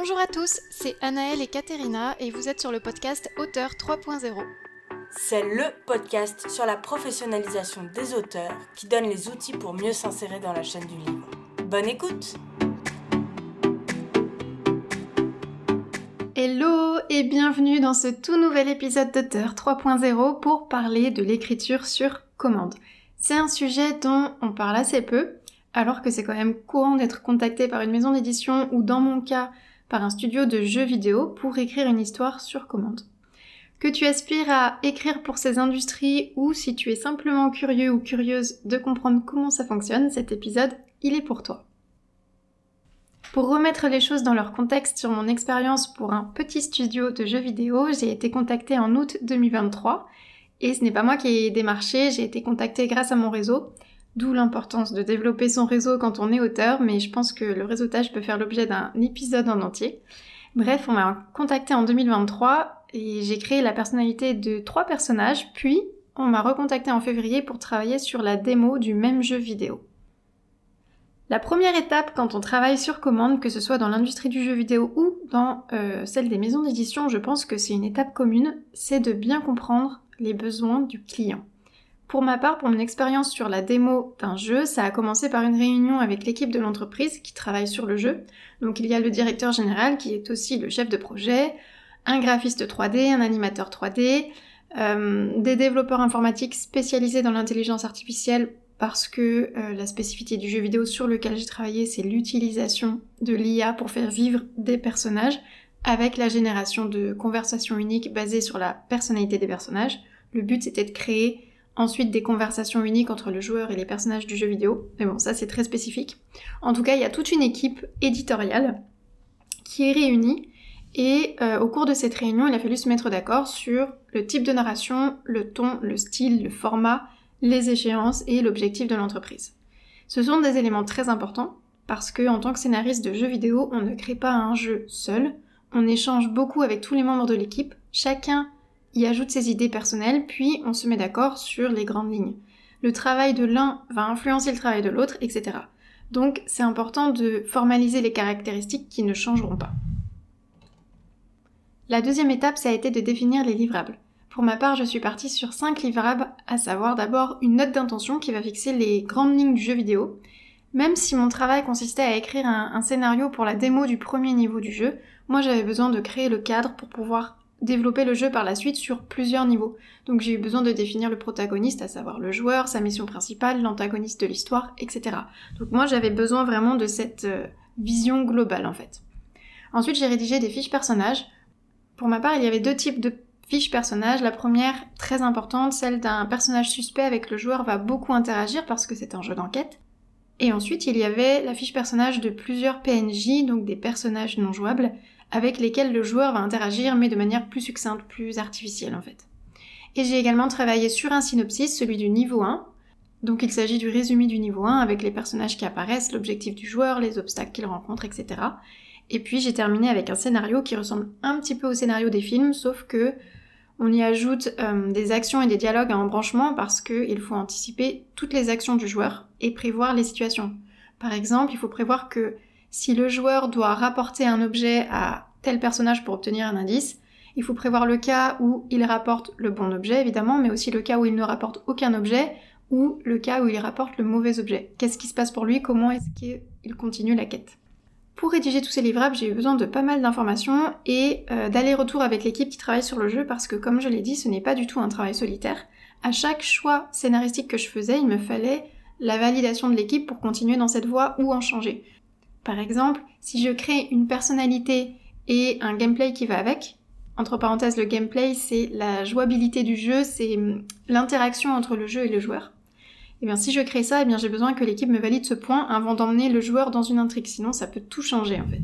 Bonjour à tous, c'est Anaëlle et Katerina et vous êtes sur le podcast Auteur 3.0. C'est le podcast sur la professionnalisation des auteurs qui donne les outils pour mieux s'insérer dans la chaîne du livre. Bonne écoute! Hello et bienvenue dans ce tout nouvel épisode d'Auteur 3.0 pour parler de l'écriture sur commande. C'est un sujet dont on parle assez peu, alors que c'est quand même courant d'être contacté par une maison d'édition ou dans mon cas par un studio de jeux vidéo pour écrire une histoire sur commande. Que tu aspires à écrire pour ces industries ou si tu es simplement curieux ou curieuse de comprendre comment ça fonctionne, cet épisode, il est pour toi. Pour remettre les choses dans leur contexte sur mon expérience pour un petit studio de jeux vidéo, j'ai été contactée en août 2023 et ce n'est pas moi qui ai démarché, j'ai été contactée grâce à mon réseau, d'où l'importance de développer son réseau quand on est auteur, mais je pense que le réseautage peut faire l'objet d'un épisode en entier. Bref, on m'a contactée en 2023 et j'ai créé la personnalité de 3 personnages, puis on m'a recontactée en février pour travailler sur la démo du même jeu vidéo. La première étape quand on travaille sur commande, que ce soit dans l'industrie du jeu vidéo ou dans celle des maisons d'édition, je pense que c'est une étape commune, c'est de bien comprendre les besoins du client. Pour ma part, pour mon expérience sur la démo d'un jeu, ça a commencé par une réunion avec l'équipe de l'entreprise qui travaille sur le jeu. Donc il y a le directeur général qui est aussi le chef de projet, un graphiste 3D, un animateur 3D, des développeurs informatiques spécialisés dans l'intelligence artificielle parce que la spécificité du jeu vidéo sur lequel j'ai travaillé, c'est l'utilisation de l'IA pour faire vivre des personnages avec la génération de conversations uniques basées sur la personnalité des personnages. Le but c'était de créer ensuite des conversations uniques entre le joueur et les personnages du jeu vidéo. Mais bon, ça c'est très spécifique. En tout cas, il y a toute une équipe éditoriale qui est réunie et au cours de cette réunion, il a fallu se mettre d'accord sur le type de narration, le ton, le style, le format, les échéances et l'objectif de l'entreprise. Ce sont des éléments très importants parce que en tant que scénariste de jeux vidéo, on ne crée pas un jeu seul, on échange beaucoup avec tous les membres de l'équipe, chacun y ajoute ses idées personnelles, puis on se met d'accord sur les grandes lignes. Le travail de l'un va influencer le travail de l'autre, etc. Donc c'est important de formaliser les caractéristiques qui ne changeront pas. La deuxième étape, ça a été de définir les livrables. Pour ma part, je suis partie sur 5 livrables, à savoir d'abord une note d'intention qui va fixer les grandes lignes du jeu vidéo. Même si mon travail consistait à écrire un scénario pour la démo du premier niveau du jeu, moi j'avais besoin de créer le cadre pour pouvoir développer le jeu par la suite sur plusieurs niveaux. Donc j'ai eu besoin de définir le protagoniste, à savoir le joueur, sa mission principale, l'antagoniste de l'histoire, etc. Donc moi j'avais besoin vraiment de cette vision globale en fait. Ensuite j'ai rédigé des fiches personnages. Pour ma part il y avait 2 types de fiches personnages. La première, très importante, celle d'un personnage suspect avec le joueur va beaucoup interagir parce que c'est un jeu d'enquête. Et ensuite il y avait la fiche personnage de plusieurs PNJ, donc des personnages non jouables, avec lesquels le joueur va interagir, mais de manière plus succincte, plus artificielle en fait. Et j'ai également travaillé sur un synopsis, celui du niveau 1. Donc il s'agit du résumé du niveau 1, avec les personnages qui apparaissent, l'objectif du joueur, les obstacles qu'il rencontre, etc. Et puis j'ai terminé avec un scénario qui ressemble un petit peu au scénario des films, sauf que on y ajoute des actions et des dialogues à embranchement parce qu'il faut anticiper toutes les actions du joueur et prévoir les situations. Par exemple, il faut prévoir que si le joueur doit rapporter un objet à tel personnage pour obtenir un indice, il faut prévoir le cas où il rapporte le bon objet évidemment, mais aussi le cas où il ne rapporte aucun objet ou le cas où il rapporte le mauvais objet. Qu'est-ce qui se passe pour lui? Comment est-ce qu'il continue la quête? Pour rédiger tous ces livrables, j'ai eu besoin de pas mal d'informations et d'aller-retour avec l'équipe qui travaille sur le jeu parce que, comme je l'ai dit, ce n'est pas du tout un travail solitaire. À chaque choix scénaristique que je faisais, il me fallait la validation de l'équipe pour continuer dans cette voie ou en changer. Par exemple, si je crée une personnalité et un gameplay qui va avec, entre parenthèses, le gameplay, c'est la jouabilité du jeu, c'est l'interaction entre le jeu et le joueur. Et bien si je crée ça, j'ai besoin que l'équipe me valide ce point avant d'emmener le joueur dans une intrigue, sinon ça peut tout changer en fait.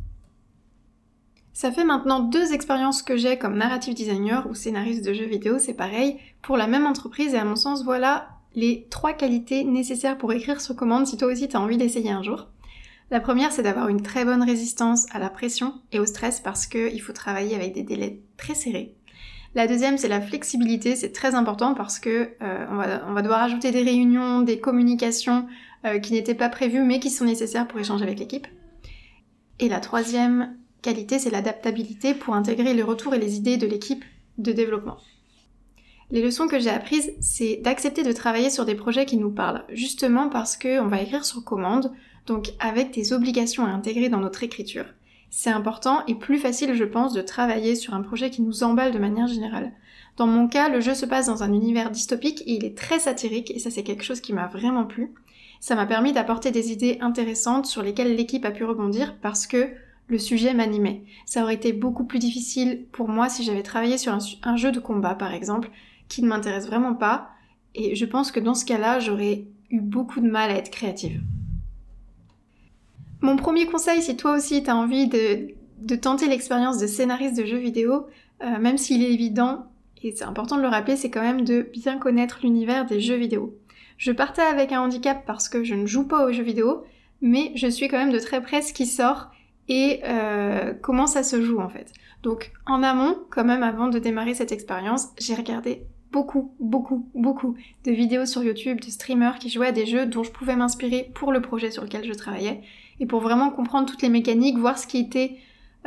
Ça fait maintenant 2 expériences que j'ai comme narrative designer ou scénariste de jeux vidéo, c'est pareil, pour la même entreprise et à mon sens, voilà les 3 qualités nécessaires pour écrire sur commande si toi aussi t'as envie d'essayer un jour. La première, c'est d'avoir une très bonne résistance à la pression et au stress parce qu'il faut travailler avec des délais très serrés. La deuxième, c'est la flexibilité, c'est très important parce que on va devoir ajouter des réunions, des communications qui n'étaient pas prévues mais qui sont nécessaires pour échanger avec l'équipe. Et la troisième qualité, c'est l'adaptabilité pour intégrer les retours et les idées de l'équipe de développement. Les leçons que j'ai apprises, c'est d'accepter de travailler sur des projets qui nous parlent, justement parce qu'on va écrire sur commande, donc avec des obligations à intégrer dans notre écriture. C'est important et plus facile, je pense, de travailler sur un projet qui nous emballe de manière générale. Dans mon cas, le jeu se passe dans un univers dystopique et il est très satirique, et ça c'est quelque chose qui m'a vraiment plu. Ça m'a permis d'apporter des idées intéressantes sur lesquelles l'équipe a pu rebondir parce que le sujet m'animait. Ça aurait été beaucoup plus difficile pour moi si j'avais travaillé sur un jeu de combat, par exemple, qui ne m'intéresse vraiment pas, et je pense que dans ce cas-là, j'aurais eu beaucoup de mal à être créative. Mon premier conseil, si toi aussi t'as envie de tenter l'expérience de scénariste de jeux vidéo, même s'il est évident, et c'est important de le rappeler, c'est quand même de bien connaître l'univers des jeux vidéo. Je partais avec un handicap parce que je ne joue pas aux jeux vidéo, mais je suis quand même de très près ce qui sort et comment ça se joue en fait. Donc en amont, quand même avant de démarrer cette expérience, j'ai regardé beaucoup de vidéos sur YouTube, de streamers qui jouaient à des jeux dont je pouvais m'inspirer pour le projet sur lequel je travaillais, et pour vraiment comprendre toutes les mécaniques, voir ce qui était...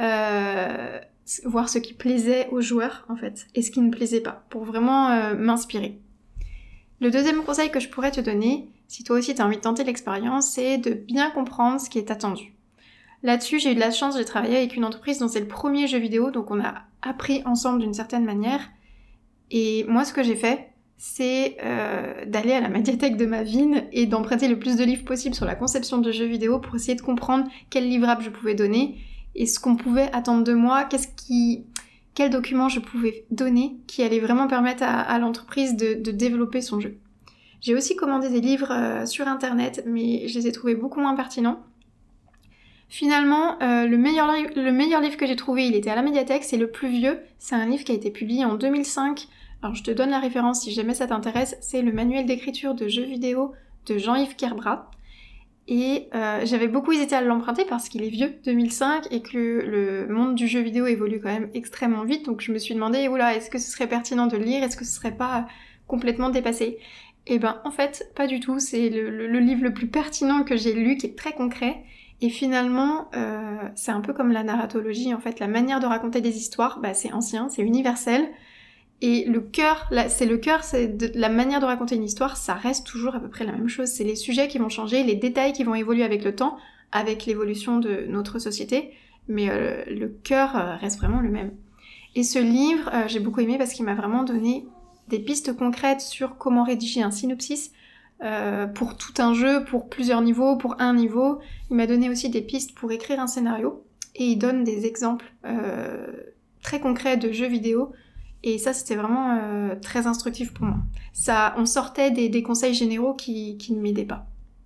voir ce qui plaisait aux joueurs en fait, et ce qui ne plaisait pas, pour vraiment m'inspirer. Le deuxième conseil que je pourrais te donner, si toi aussi tu as envie de tenter l'expérience, c'est de bien comprendre ce qui est attendu. Là-dessus, j'ai eu de la chance, j'ai travaillé avec une entreprise dont c'est le premier jeu vidéo, donc on a appris ensemble d'une certaine manière. Et moi, ce que j'ai fait, c'est d'aller à la médiathèque de ma ville et d'emprunter le plus de livres possible sur la conception de jeux vidéo pour essayer de comprendre quel livrable je pouvais donner et ce qu'on pouvait attendre de moi, quels documents je pouvais donner qui allaient vraiment permettre à l'entreprise de développer son jeu. J'ai aussi commandé des livres sur internet, mais je les ai trouvés beaucoup moins pertinents. Finalement, le meilleur livre que j'ai trouvé, il était à la médiathèque, c'est le plus vieux. C'est un livre qui a été publié en 2005. Alors je te donne la référence si jamais ça t'intéresse. C'est le manuel d'écriture de jeux vidéo de Jean-Yves Kerbrat. Et j'avais beaucoup hésité à l'emprunter parce qu'il est vieux, 2005, et que le monde du jeu vidéo évolue quand même extrêmement vite. Donc je me suis demandé, oula, est-ce que ce serait pertinent de le lire? Est-ce que ce serait pas complètement dépassé? Et ben en fait, pas du tout. C'est le livre le plus pertinent que j'ai lu, qui est très concret. Et finalement, c'est un peu comme la narratologie, en fait, la manière de raconter des histoires, c'est ancien, c'est universel, et le cœur, c'est de la manière de raconter une histoire, ça reste toujours à peu près la même chose, c'est les sujets qui vont changer, les détails qui vont évoluer avec le temps, avec l'évolution de notre société, mais le cœur reste vraiment le même. Et ce livre, j'ai beaucoup aimé parce qu'il m'a vraiment donné des pistes concrètes sur comment rédiger un synopsis, pour tout un jeu, pour plusieurs niveaux, pour un niveau. Il m'a donné aussi des pistes pour écrire un scénario et il donne des exemples très concrets de jeux vidéo et ça c'était vraiment très instructif pour moi. On sortait des conseils généraux qui ne m'aidaient pas.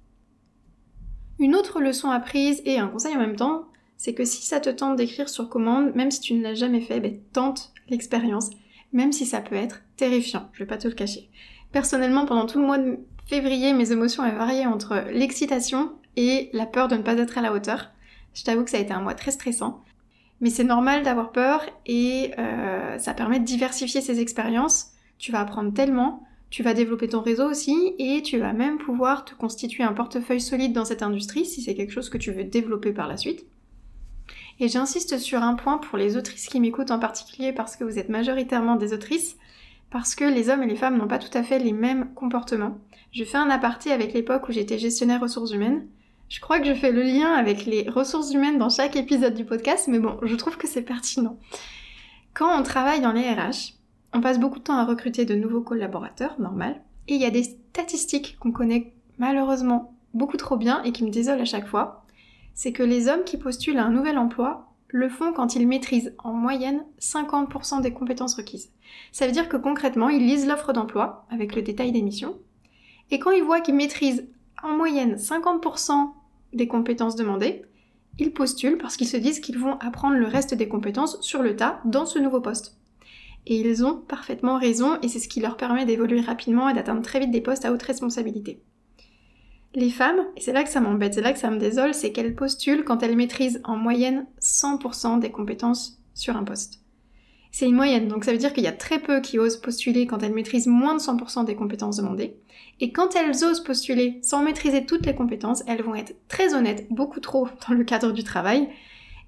Une autre leçon apprise et un conseil en même temps, c'est que si ça te tente d'écrire sur commande, même si tu ne l'as jamais fait, tente l'expérience, même si ça peut être terrifiant, je vais pas te le cacher. Personnellement, pendant tout le mois de février, mes émotions avaient varié entre l'excitation et la peur de ne pas être à la hauteur. Je t'avoue que ça a été un mois très stressant. Mais c'est normal d'avoir peur et ça permet de diversifier ses expériences. Tu vas apprendre tellement, tu vas développer ton réseau aussi et tu vas même pouvoir te constituer un portefeuille solide dans cette industrie si c'est quelque chose que tu veux développer par la suite. Et j'insiste sur un point pour les autrices qui m'écoutent en particulier parce que vous êtes majoritairement des autrices, parce que les hommes et les femmes n'ont pas tout à fait les mêmes comportements. Je fais un aparté avec l'époque où j'étais gestionnaire ressources humaines. Je crois que je fais le lien avec les ressources humaines dans chaque épisode du podcast, mais bon, je trouve que c'est pertinent. Quand on travaille dans les RH, on passe beaucoup de temps à recruter de nouveaux collaborateurs, normal, et il y a des statistiques qu'on connaît malheureusement beaucoup trop bien et qui me désolent à chaque fois, c'est que les hommes qui postulent à un nouvel emploi le font quand ils maîtrisent en moyenne 50% des compétences requises. Ça veut dire que concrètement, ils lisent l'offre d'emploi avec le détail des missions, et quand ils voient qu'ils maîtrisent en moyenne 50% des compétences demandées, ils postulent parce qu'ils se disent qu'ils vont apprendre le reste des compétences sur le tas dans ce nouveau poste. Et ils ont parfaitement raison, et c'est ce qui leur permet d'évoluer rapidement et d'atteindre très vite des postes à haute responsabilité. Les femmes, et c'est là que ça m'embête, c'est là que ça me désole, c'est qu'elles postulent quand elles maîtrisent en moyenne 100% des compétences sur un poste. C'est une moyenne, donc ça veut dire qu'il y a très peu qui osent postuler quand elles maîtrisent moins de 100% des compétences demandées. Et quand elles osent postuler sans maîtriser toutes les compétences, elles vont être très honnêtes, beaucoup trop dans le cadre du travail,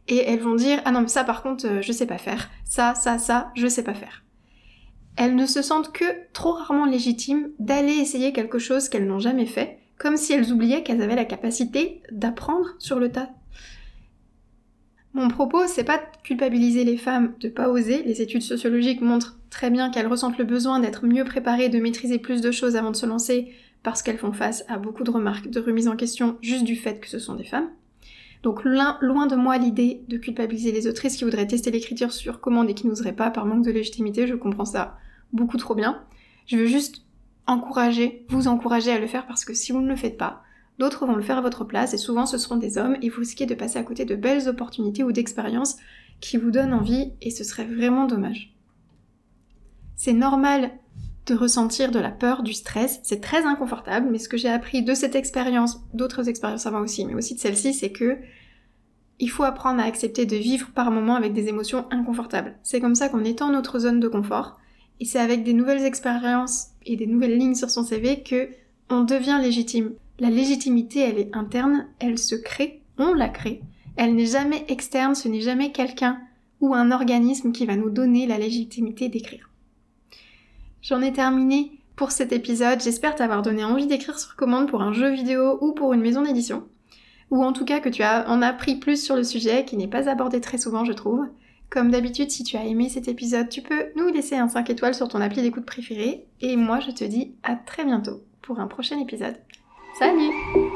et elles vont dire « Ah non, mais ça par contre, je sais pas faire. Ça, je sais pas faire. » Elles ne se sentent que trop rarement légitimes d'aller essayer quelque chose qu'elles n'ont jamais fait, comme si elles oubliaient qu'elles avaient la capacité d'apprendre sur le tas. Mon propos, c'est pas de culpabiliser les femmes de pas oser. Les études sociologiques montrent très bien qu'elles ressentent le besoin d'être mieux préparées, de maîtriser plus de choses avant de se lancer, parce qu'elles font face à beaucoup de remarques, de remises en question, juste du fait que ce sont des femmes. Donc loin de moi l'idée de culpabiliser les autrices qui voudraient tester l'écriture sur commande et qui n'oseraient pas par manque de légitimité, je comprends ça beaucoup trop bien. Je veux juste vous encourager à le faire parce que si vous ne le faites pas, d'autres vont le faire à votre place et souvent ce seront des hommes et vous risquez de passer à côté de belles opportunités ou d'expériences qui vous donnent envie et ce serait vraiment dommage. C'est normal de ressentir de la peur, du stress, c'est très inconfortable, mais ce que j'ai appris de cette expérience, d'autres expériences avant aussi, mais aussi de celle-ci, c'est que il faut apprendre à accepter de vivre par moments avec des émotions inconfortables. C'est comme ça qu'on étend notre zone de confort, et c'est avec des nouvelles expériences et des nouvelles lignes sur son CV que on devient légitime. La légitimité, elle est interne, elle se crée, on la crée. Elle n'est jamais externe, ce n'est jamais quelqu'un ou un organisme qui va nous donner la légitimité d'écrire. J'en ai terminé pour cet épisode, j'espère t'avoir donné envie d'écrire sur commande pour un jeu vidéo ou pour une maison d'édition. Ou en tout cas que tu en as appris plus sur le sujet, qui n'est pas abordé très souvent je trouve. Comme d'habitude, si tu as aimé cet épisode, tu peux nous laisser un 5 étoiles sur ton appli d'écoute préférée. Et moi je te dis à très bientôt pour un prochain épisode. Salut!